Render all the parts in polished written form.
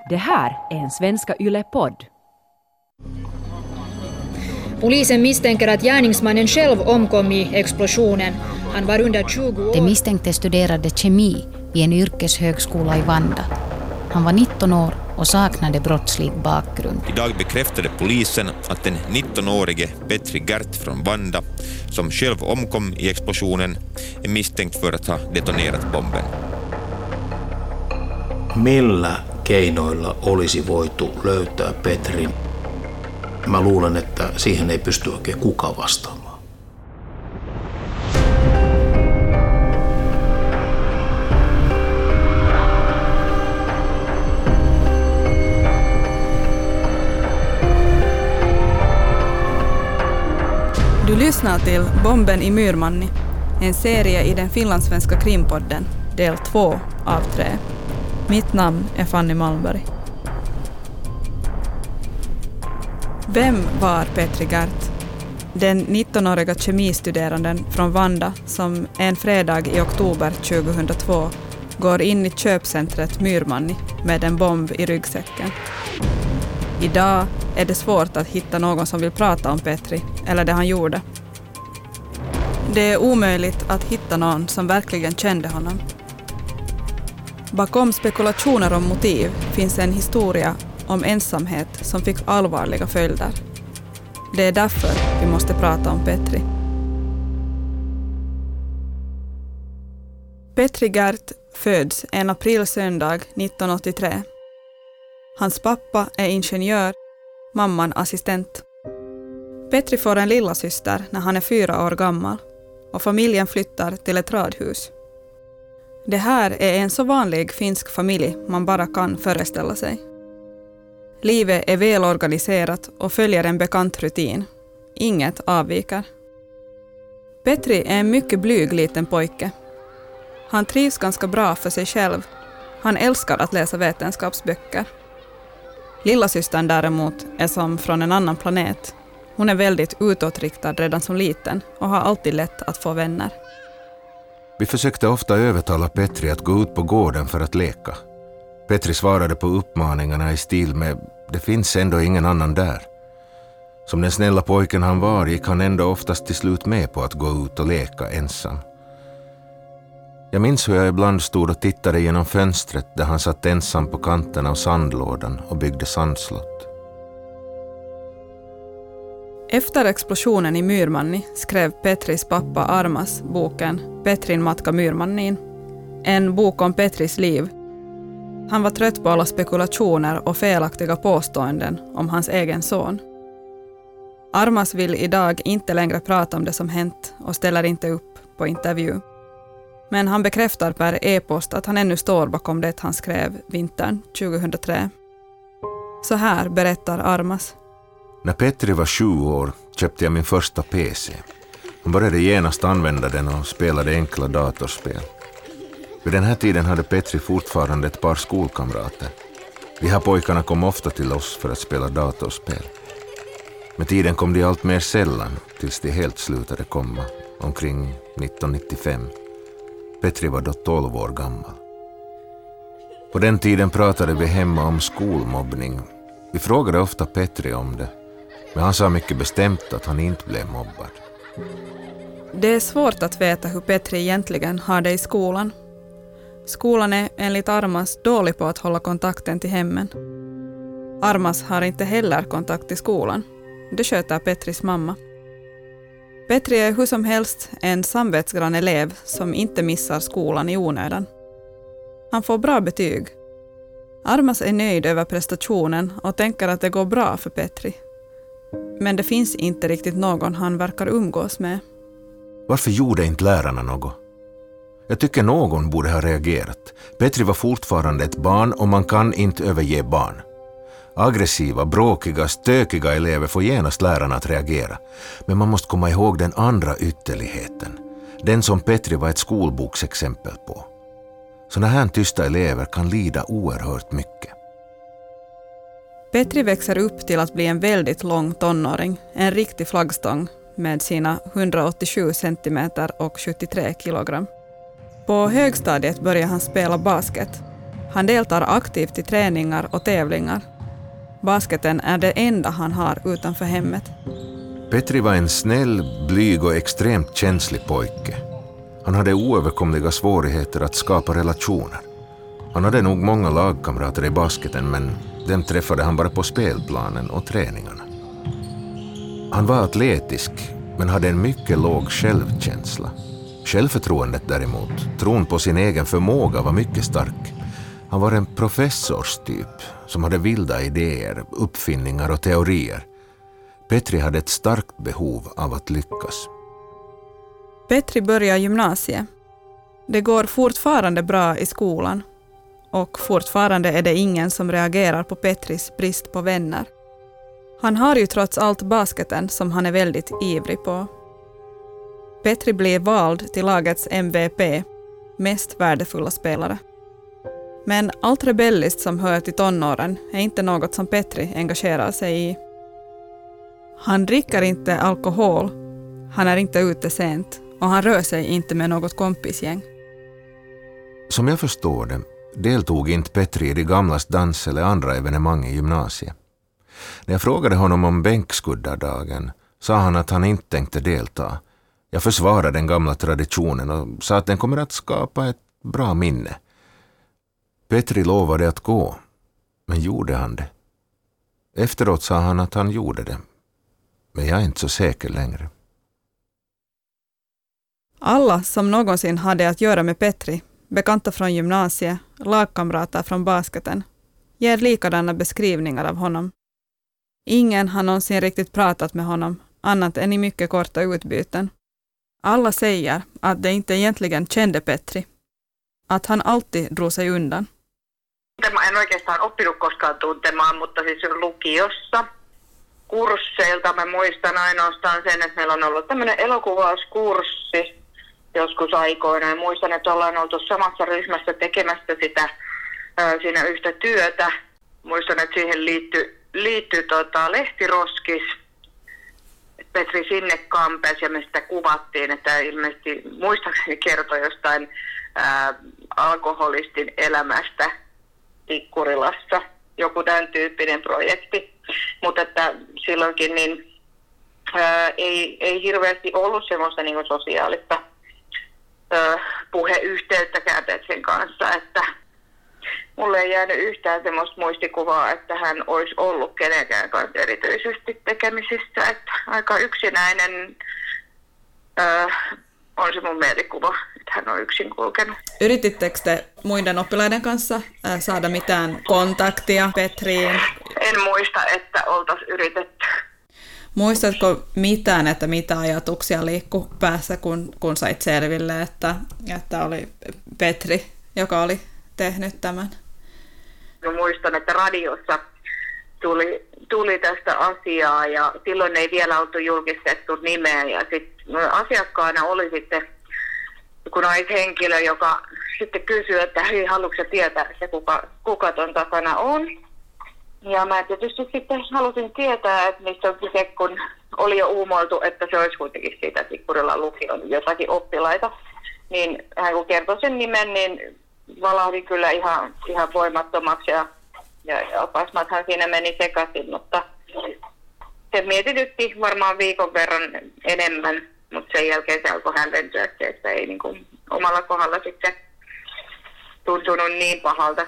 Det här är en Svenska Yle-podd. Polisen misstänker att gärningsmannen själv omkom i explosionen. Han var under 20 år. De misstänkte studerade kemi vid en yrkeshögskola i Vanda. Han var 19 år och saknade brottslig bakgrund. Idag bekräftade polisen att den 19-årige Petri Gert från Vanda, som själv omkom i explosionen, är misstänkt för att ha detonerat bomben. Millä keinoilla olisi voitu löytää Petrin? Mä luulen, että siihen ei pysty oikein kukaan vastaamaan. Du lyssnar till Bomben i Myrmanni, en serie i den finlandssvenska krimpodden, del 2 av 3. Mitt namn är Fanny Malmberg. Vem var Petri Gert? Den 19-åriga kemistuderanden från Vanda som en fredag i oktober 2002 går in i köpcentret Myrmanni med en bomb i ryggsäcken. Idag är det svårt att hitta någon som vill prata om Petri eller det han gjorde. Det är omöjligt att hitta någon som verkligen kände honom. Bakom spekulationer om motiv finns en historia om ensamhet som fick allvarliga följder. Det är därför vi måste prata om Petri. Petri Gert föds en aprilsöndag 1983. Hans pappa är ingenjör, mamman assistent. Petri får en lilla syster när han är 4 år gammal och familjen flyttar till ett radhus. Det här är en så vanlig finsk familj man bara kan föreställa sig. Livet är välorganiserat och följer en bekant rutin. Inget avviker. Petri är en mycket blyg liten pojke. Han trivs ganska bra för sig själv. Han älskar att läsa vetenskapsböcker. Lillasystern däremot är som från en annan planet. Hon är väldigt utåtriktad redan som liten och har alltid lätt att få vänner. Vi försökte ofta övertala Petri att gå ut på gården för att leka. Petri svarade på uppmaningarna i stil med "det finns ändå ingen annan där". Som den snälla pojken han var gick han ändå oftast till slut med på att gå ut och leka ensam. Jag minns hur jag ibland stod och tittade genom fönstret där han satt ensam på kanten av sandlådan och byggde sandslott. Efter explosionen i Myrmanni skrev Petris pappa Armas boken Petrin matka Myrmanniin, en bok om Petris liv. Han var trött på alla spekulationer och felaktiga påståenden om hans egen son. Armas vill idag inte längre prata om det som hänt och ställer inte upp på intervju. Men han bekräftar per e-post att han ännu står bakom det han skrev vintern 2003. Så här berättar Armas. När Petri var 7 år köpte jag min första PC. Han började genast använda den och spelade enkla datorspel. Vid den här tiden hade Petri fortfarande ett par skolkamrater. De här pojkarna kom ofta till oss för att spela datorspel. Med tiden kom de allt mer sällan tills de helt slutade komma, omkring 1995. Petri var då 12 år gammal. På den tiden pratade vi hemma om skolmobbning. Vi frågade ofta Petri om det, men han sa mycket bestämt att han inte blev mobbad. Det är svårt att veta hur Petri egentligen har det i skolan. Skolan är enligt Armas dålig på att hålla kontakten till hemmen. Armas har inte heller kontakt till skolan. Det sköter Petris mamma. Petri är hur som helst en samvetsgrann elev som inte missar skolan i onödan. Han får bra betyg. Armas är nöjd över prestationen och tänker att det går bra för Petri. Men det finns inte riktigt någon han verkar umgås med. Varför gjorde inte lärarna något? Jag tycker någon borde ha reagerat. Petri var fortfarande ett barn och man kan inte överge barn. Aggressiva, bråkiga, stökiga elever får genast lärarna att reagera. Men man måste komma ihåg den andra ytterligheten. Den som Petri var ett skolboksexempel på. Såna här tysta elever kan lida oerhört mycket. Petri växer upp till att bli en väldigt lång tonåring. En riktig flaggstång med sina 187 centimeter och 73 kilogram. På högstadiet började han spela basket. Han deltar aktivt i träningar och tävlingar. Basketen är det enda han har utanför hemmet. Petri var en snäll, blyg och extremt känslig pojke. Han hade oöverkomliga svårigheter att skapa relationer. Han hade nog många lagkamrater i basketen, men dem träffade han bara på spelplanen och träningarna. Han var atletisk, men hade en mycket låg självkänsla. Självförtroendet däremot, tron på sin egen förmåga, var mycket stark. Han var en professorstyp som hade vilda idéer, uppfinningar och teorier. Petri hade ett starkt behov av att lyckas. Petri börjar gymnasiet. Det går fortfarande bra i skolan. Och fortfarande är det ingen som reagerar på Petris brist på vänner. Han har ju trots allt basketen som han är väldigt ivrig på. Petri blir vald till lagets MVP, mest värdefulla spelare. Men allt rebelliskt som hör till tonåren är inte något som Petri engagerar sig i. Han dricker inte alkohol, han är inte ute sent och han rör sig inte med något kompisgäng. Som jag förstår det deltog inte Petri i de gamlas dans eller andra evenemang i gymnasiet. När jag frågade honom om bänkskuddardagen sa han att han inte tänkte delta. Jag försvarade den gamla traditionen och sa att den kommer att skapa ett bra minne. Petri lovade att gå, men gjorde han det? Efteråt sa han att han gjorde det, men jag är inte så säker längre. Alla som någonsin hade att göra med Petri, bekanta från gymnasiet, lagkamrater från basketen, ger likadana beskrivningar av honom. Ingen har någonsin riktigt pratat med honom, annat än i mycket korta utbyten. Alla säger att de inte egentligen kände Petri, att han alltid drog sig undan. Mä en oikeastaan oppinut koskaan tuntemaan, mutta siis lukiossa kursseilta mä muistan ainoastaan sen, että meillä on ollut tämmöinen elokuvauskurssi joskus aikoina. Ja muistan, että ollaan oltu samassa ryhmässä tekemässä sitä siinä yhtä työtä. Muistan, että siihen liittyi lehtiroskis. Petri sinne kampesi ja me sitä kuvattiin, että ilmeisesti muistaakseni kertoi jostain alkoholistin elämästä Tikkurilassa, joku tämän tyyppinen projekti, mutta että silloinkin niin, ei hirveästi ollut semmoista niin sosiaalista puheyhteyttäkään Petrin kanssa, että mulle ei jäänyt yhtään semmoista muistikuvaa, että hän olisi ollut kenenkään kanssa erityisesti tekemisissä, että aika yksinäinen on se mun mielikuva, että hän on yksin kulkenut. Yrititteko te muiden oppilaiden kanssa saada mitään kontaktia Petriin? En muista, että oltaisiin yritetty. Muistatko mitään, että mitä ajatuksia liikkui päässä, kun sait selville, että oli Petri, joka oli tehnyt tämän? Mä muistan, että radiossa tuli tästä asiaa ja silloin ei vielä oltu julkistettu nimeä ja sitten asiakkaana oli sitten joku naishenkilö, joka sitten kysyi, että hei, haluatko tietää se kuka ton takana on? Ja mä tietysti sitten halusin tietää, että mistä on kyse, kun oli jo uumoiltu, että se olisi kuitenkin siitä Tikkurilan lukion jotakin oppilaita. Niin hän kun kertoi sen nimen, niin valahdin kyllä ihan voimattomaksi ja opasmathan siinä meni sekaisin, mutta se mietitytti varmaan viikon verran enemmän, mutta sen jälkeen se alkoi hälventyä, että ei niin kuin omalla kohdalla sitten tuntunut niin pahalta.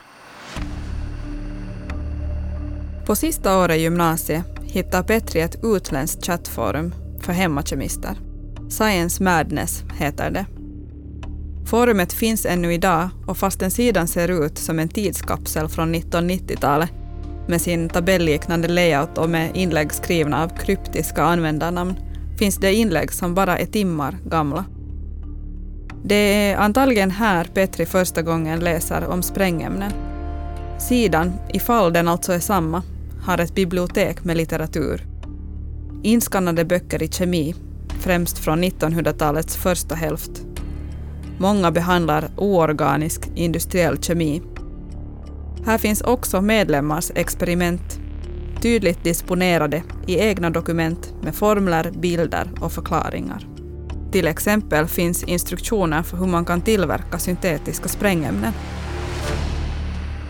På sista året i gymnasiet hittar Petri ett utländskt chattforum för hemmakemister. Science Madness heter det. Forumet finns ännu idag och fastän sidan ser ut som en tidskapsel från 1990-talet med sin tabelliknande layout och med inlägg skrivna av kryptiska användarnamn finns det inlägg som bara är timmar gamla. Det är antagligen här Petri första gången läser om sprängämnen. Sidan, ifall den alltså är samma, har ett bibliotek med litteratur. Inskannade böcker i kemi, främst från 1900-talets första hälft. Många behandlar oorganisk industriell kemi. Här finns också medlemmars experiment, tydligt disponerade i egna dokument med formler, bilder och förklaringar. Till exempel finns instruktioner för hur man kan tillverka syntetiska sprängämnen.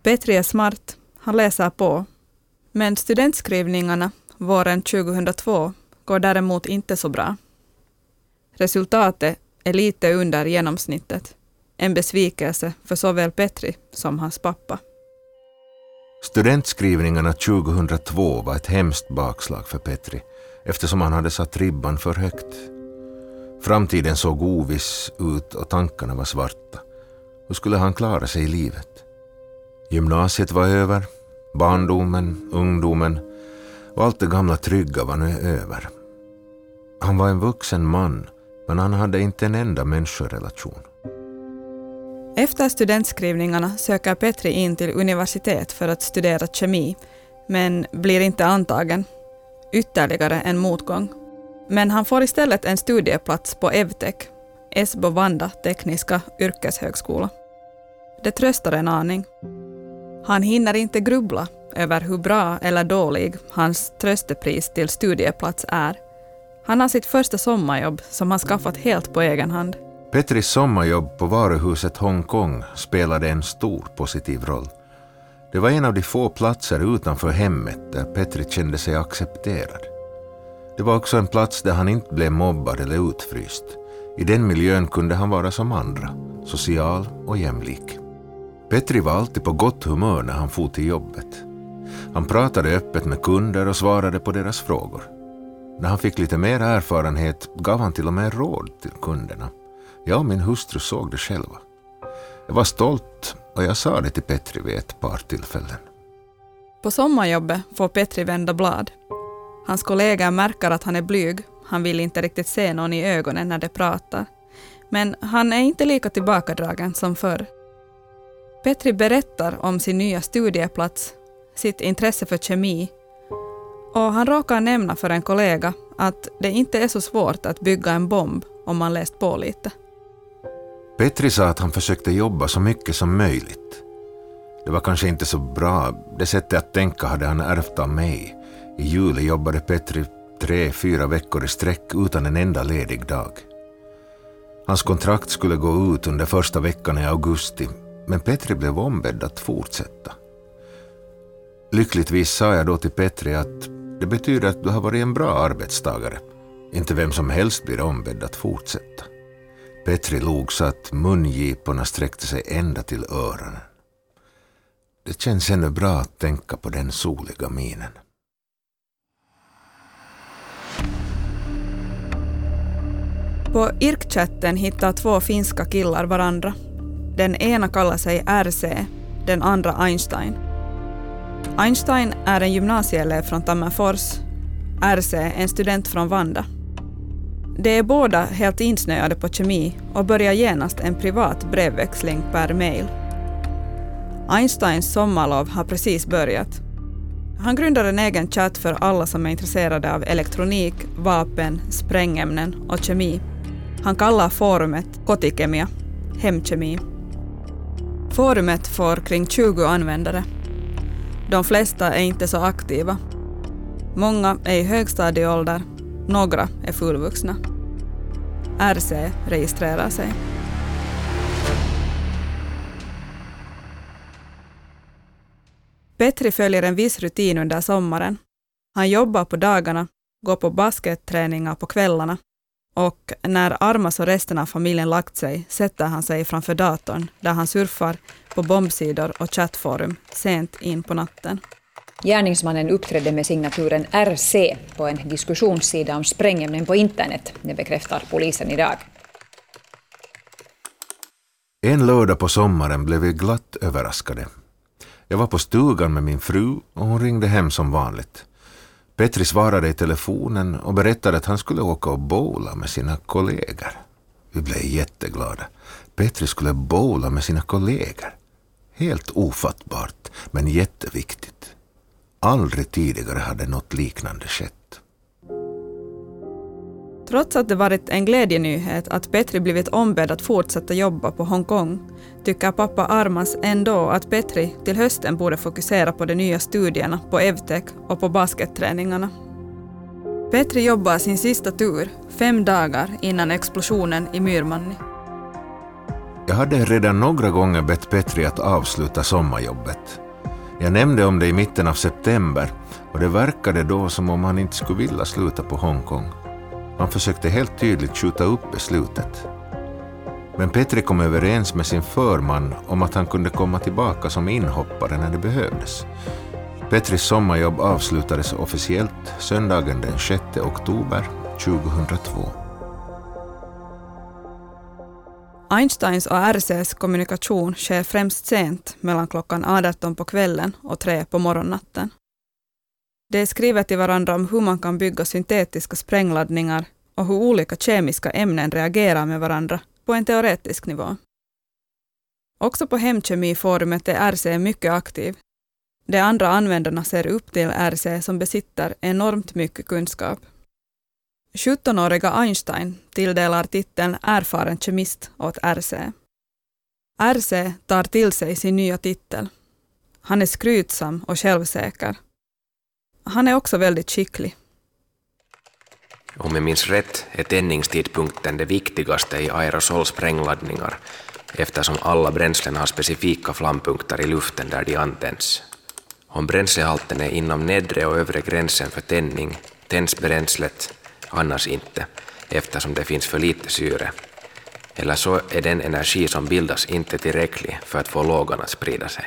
Petri är smart, han läser på. Men studentskrivningarna våren 2002 går däremot inte så bra. Resultatet är lite under genomsnittet. En besvikelse för såväl Petri som hans pappa. Studentskrivningarna 2002 var ett hemskt bakslag för Petri eftersom han hade satt ribban för högt. Framtiden såg oviss ut och tankarna var svarta. Hur skulle han klara sig i livet? Gymnasiet var över, barndomen, ungdomen och allt det gamla trygga var nu över. Han var en vuxen man, men han hade inte en enda människorelation. Efter studentskrivningarna söker Petri in till universitet för att studera kemi, men blir inte antagen. Ytterligare en motgång. Men han får istället en studieplats på Evtech, Esbo Vanda tekniska yrkeshögskola. Det tröstar en aning. Han hinner inte grubbla över hur bra eller dålig hans tröstepris till studieplats är. Han har sitt första sommarjobb som han skaffat helt på egen hand. Petris sommarjobb på varuhuset Hongkong spelade en stor positiv roll. Det var en av de få platser utanför hemmet där Petri kände sig accepterad. Det var också en plats där han inte blev mobbad eller utfryst. I den miljön kunde han vara som andra, social och jämlik. Petri var alltid på gott humör när han for till jobbet. Han pratade öppet med kunder och svarade på deras frågor. När han fick lite mer erfarenhet gav han till och med råd till kunderna. Jag och min hustru såg det själva. Jag var stolt och jag sa det till Petri vid ett par tillfällen. På sommarjobbet får Petri vända blad. Hans kollegor märker att han är blyg. Han vill inte riktigt se någon i ögonen när de pratar. Men han är inte lika tillbakadragen som förr. Petri berättar om sin nya studieplats, sitt intresse för kemi, och han råkar nämna för en kollega att det inte är så svårt att bygga en bomb om man läst på lite. Petri sa att han försökte jobba så mycket som möjligt. Det var kanske inte så bra. Det sättet att tänka hade han ärvt av mig. I juli jobbade Petri 3-4 veckor i sträck utan en enda ledig dag. Hans kontrakt skulle gå ut under första veckan i augusti, men Petri blev ombedd att fortsätta. Lyckligtvis sa jag då till Petri att det betyder att du har varit en bra arbetstagare. Inte vem som helst blir ombedd att fortsätta. Petri log så att mungiporna sträckte sig ända till öronen. Det känns ännu bra att tänka på den soliga minen. På IRK-chatten hittar 2 finska killar varandra. Den ena kallar sig RC, den andra Einstein. Einstein är en gymnasieelev från Tammerfors. RC en student från Vanda. De är båda helt insnöade på kemi och börjar genast en privat brevväxling per mail. Einsteins sommarlov har precis börjat. Han grundar en egen chatt för alla som är intresserade av elektronik, vapen, sprängämnen och kemi. Han kallar forumet Kotikemia, hemkemi. Forumet får kring 20 användare. De flesta är inte så aktiva. Många är i högstadieålder, några är fullvuxna. RC registrerar sig. Petri följer en viss rutin under sommaren. Han jobbar på dagarna, går på basketträningar på kvällarna och när Armas och resten av familjen lagt sig sätter han sig framför datorn där han surfar på bombsidor och chattforum sent in på natten. Gärningsmannen uppträdde med signaturen RC på en diskussionssida om sprängämnen på internet, det bekräftar polisen idag. En lördag på sommaren blev vi glatt överraskade. Jag var på stugan med min fru och hon ringde hem som vanligt. Petri svarade i telefonen och berättade att han skulle åka och bowla med sina kollegor. Vi blev jätteglada. Petri skulle bowla med sina kollegor. Helt ofattbart, men jätteviktigt. Aldrig tidigare hade något liknande skett. Trots att det varit en glädjenyhet att Petri blivit ombedd att fortsätta jobba på Hongkong tycker pappa Armas ändå att Petri till hösten borde fokusera på de nya studierna på Evtech och på basketträningarna. Petri jobbar sin sista tur 5 dagar innan explosionen i Myrmanni. Jag hade redan några gånger bett Petri att avsluta sommarjobbet. Jag nämnde om det i mitten av september och det verkade då som om han inte skulle vilja sluta på Hongkong. Han försökte helt tydligt skjuta upp beslutet. Men Petri kom överens med sin förman om att han kunde komma tillbaka som inhoppare när det behövdes. Petris sommarjobb avslutades officiellt söndagen den 6 oktober 2002. Einsteins och RCs kommunikation sker främst sent mellan klockan 18 på kvällen och 3 på morgonnatten. De skriver till varandra om hur man kan bygga syntetiska sprängladdningar och hur olika kemiska ämnen reagerar med varandra på en teoretisk nivå. Också på Hemkemiforumet är RC mycket aktiv. De andra användarna ser upp till RC som besitter enormt mycket kunskap. 17-åriga Einstein tilldelar titeln erfaren kemist åt RC. RC tar till sig sin nya titel. Han är skrytsam och självsäker. Han är också väldigt skicklig. Om jag minns rätt är tändningstidpunkten det viktigaste i aerosolsprängladdningar eftersom alla bränslen har specifika flampunkter i luften där de antänds. Om bränslehalten är inom nedre och övre gränsen för tändning tänds bränslet, annars inte, eftersom det finns för lite syre. Eller så är den energi som bildas inte tillräcklig för att få lågan att sprida sig.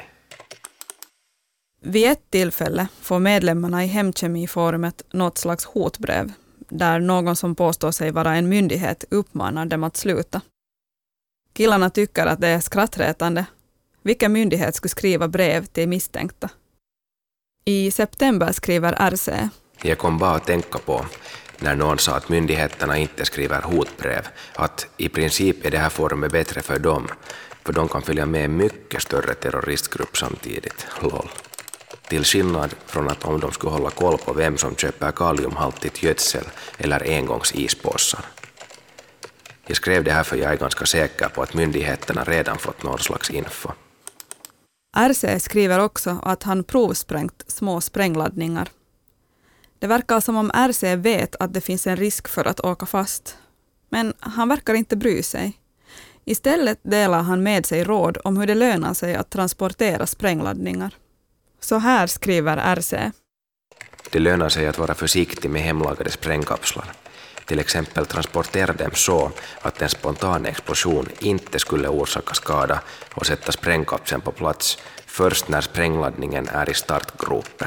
Vid ett tillfälle får medlemmarna i Hemkemiforumet något slags hotbrev där någon som påstår sig vara en myndighet uppmanar dem att sluta. Killarna tycker att det är skrattretande. Vilken myndighet skulle skriva brev till misstänkta? I september skriver RC. Jag kom bara att tänka på, när någon sa att myndigheterna inte skriver hotbrev, att i princip är det här forumet bättre för dem, för de kan följa med en mycket större terroristgrupp samtidigt. Lol. Till skillnad från att om de skulle hålla koll på vem som köper kaliumhaltigt gödsel eller engångsispåsar. Jag skrev det här för jag är ganska säker på att myndigheterna redan fått någon slags info. RC skriver också att han provsprängt små sprängladdningar. Det verkar som om RC vet att det finns en risk för att åka fast. Men han verkar inte bry sig. Istället delar han med sig råd om hur det lönar sig att transportera sprängladdningar. Så här skriver RC. Det lönar sig att vara försiktig med hemlagade sprängkapslar. Till exempel transportera dem så att en spontan explosion inte skulle orsaka skada och sätta sprängkapseln på plats först när sprängladdningen är i startgropen.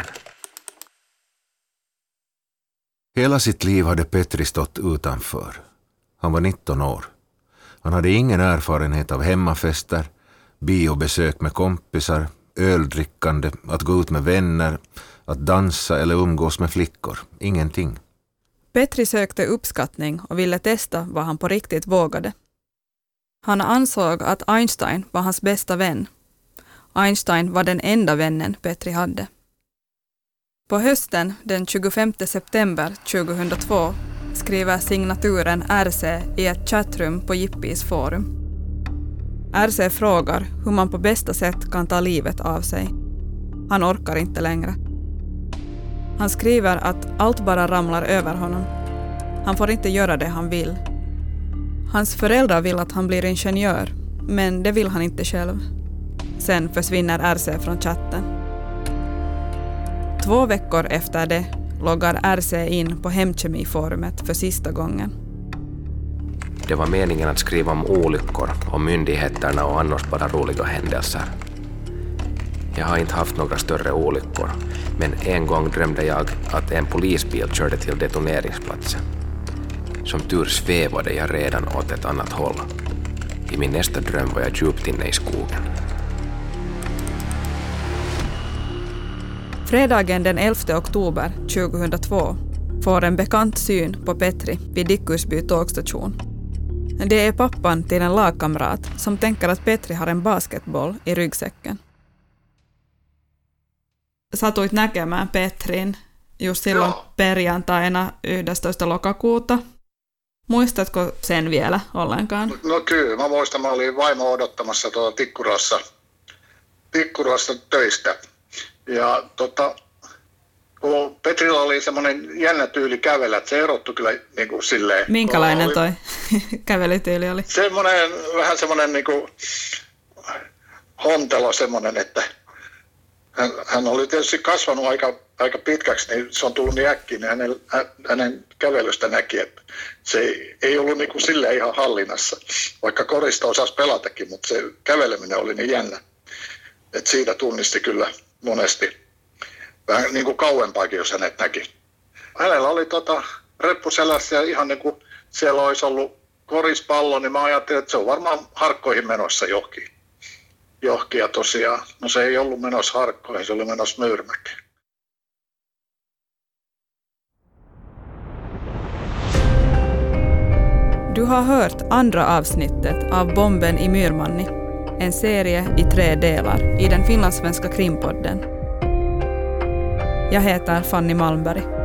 Hela sitt liv hade Petri stått utanför. Han var 19 år. Han hade ingen erfarenhet av hemmafester, biobesök med kompisar, öldrickande, att gå ut med vänner, att dansa eller umgås med flickor. Ingenting. Petri sökte uppskattning och ville testa vad han på riktigt vågade. Han ansåg att Einstein var hans bästa vän. Einstein var den enda vännen Petri hade. På hösten den 25 september 2002 skriver signaturen RC i ett chattrum på Jippies forum. RC frågar hur man på bästa sätt kan ta livet av sig. Han orkar inte längre. Han skriver att allt bara ramlar över honom. Han får inte göra det han vill. Hans föräldrar vill att han blir ingenjör, men det vill han inte själv. Sen försvinner RC från chatten. 2 veckor efter det loggar RC in på Hemkemiforumet för sista gången. Det var meningen att skriva om olyckor, om myndigheterna och annars bara roliga händelser. Jag har inte haft några större olyckor, men en gång drömde jag att en polisbil körde till detoneringsplatsen. Som tur svävade jag redan åt ett annat håll. I min nästa dröm var jag djupt inne i skogen. Fredagen den 11 oktober 2002 får en bekant syn på Petri vid Dickusby tågstation. Det är pappan till en lagkamrat som tänker att Petri har en basketboll i ryggsäcken. Satuit näkemään Petrin just silloin perjantaina 11. lokakuuta. Muistatko sen vielä ollenkaan? No kyllä, mä muistan, mä olin vaimo odottamassa Tikkurassa töistä. Ja kun Petrillä oli semmoinen jännä tyyli kävellä, että se erottui kyllä niin kuin silleen. Minkälainen toi kävelytyyli oli? Semmoinen, vähän semmoinen niin kuin hontelo semmoinen, että hän oli tietysti kasvanut aika pitkäksi, niin se on tullut niin äkkiä, niin hänen kävelystä näki, että se ei ollut niin kuin silleen ihan hallinnassa, vaikka korista osasi pelatakin, mutta se käveleminen oli niin jännä, että siitä tunnisti kyllä monesti vähän niin kuin kauempaakin, jos hänet näki. Hänellä oli reppu selässä ja ihan niin kuin siellä olisi ollut korispallo, niin mä ajattelin, että se on varmaan harkkoihin menossa johonkin. Ja tosiaan, no se ei ollut menossa harkkoihin, se oli menossa Myyrmäkeen. Du har hört andra avsnittet av Bomben i Myyrmanni, en serie i 3 delar i den finlandssvenska krimpodden. Jag heter Fanny Malmberg.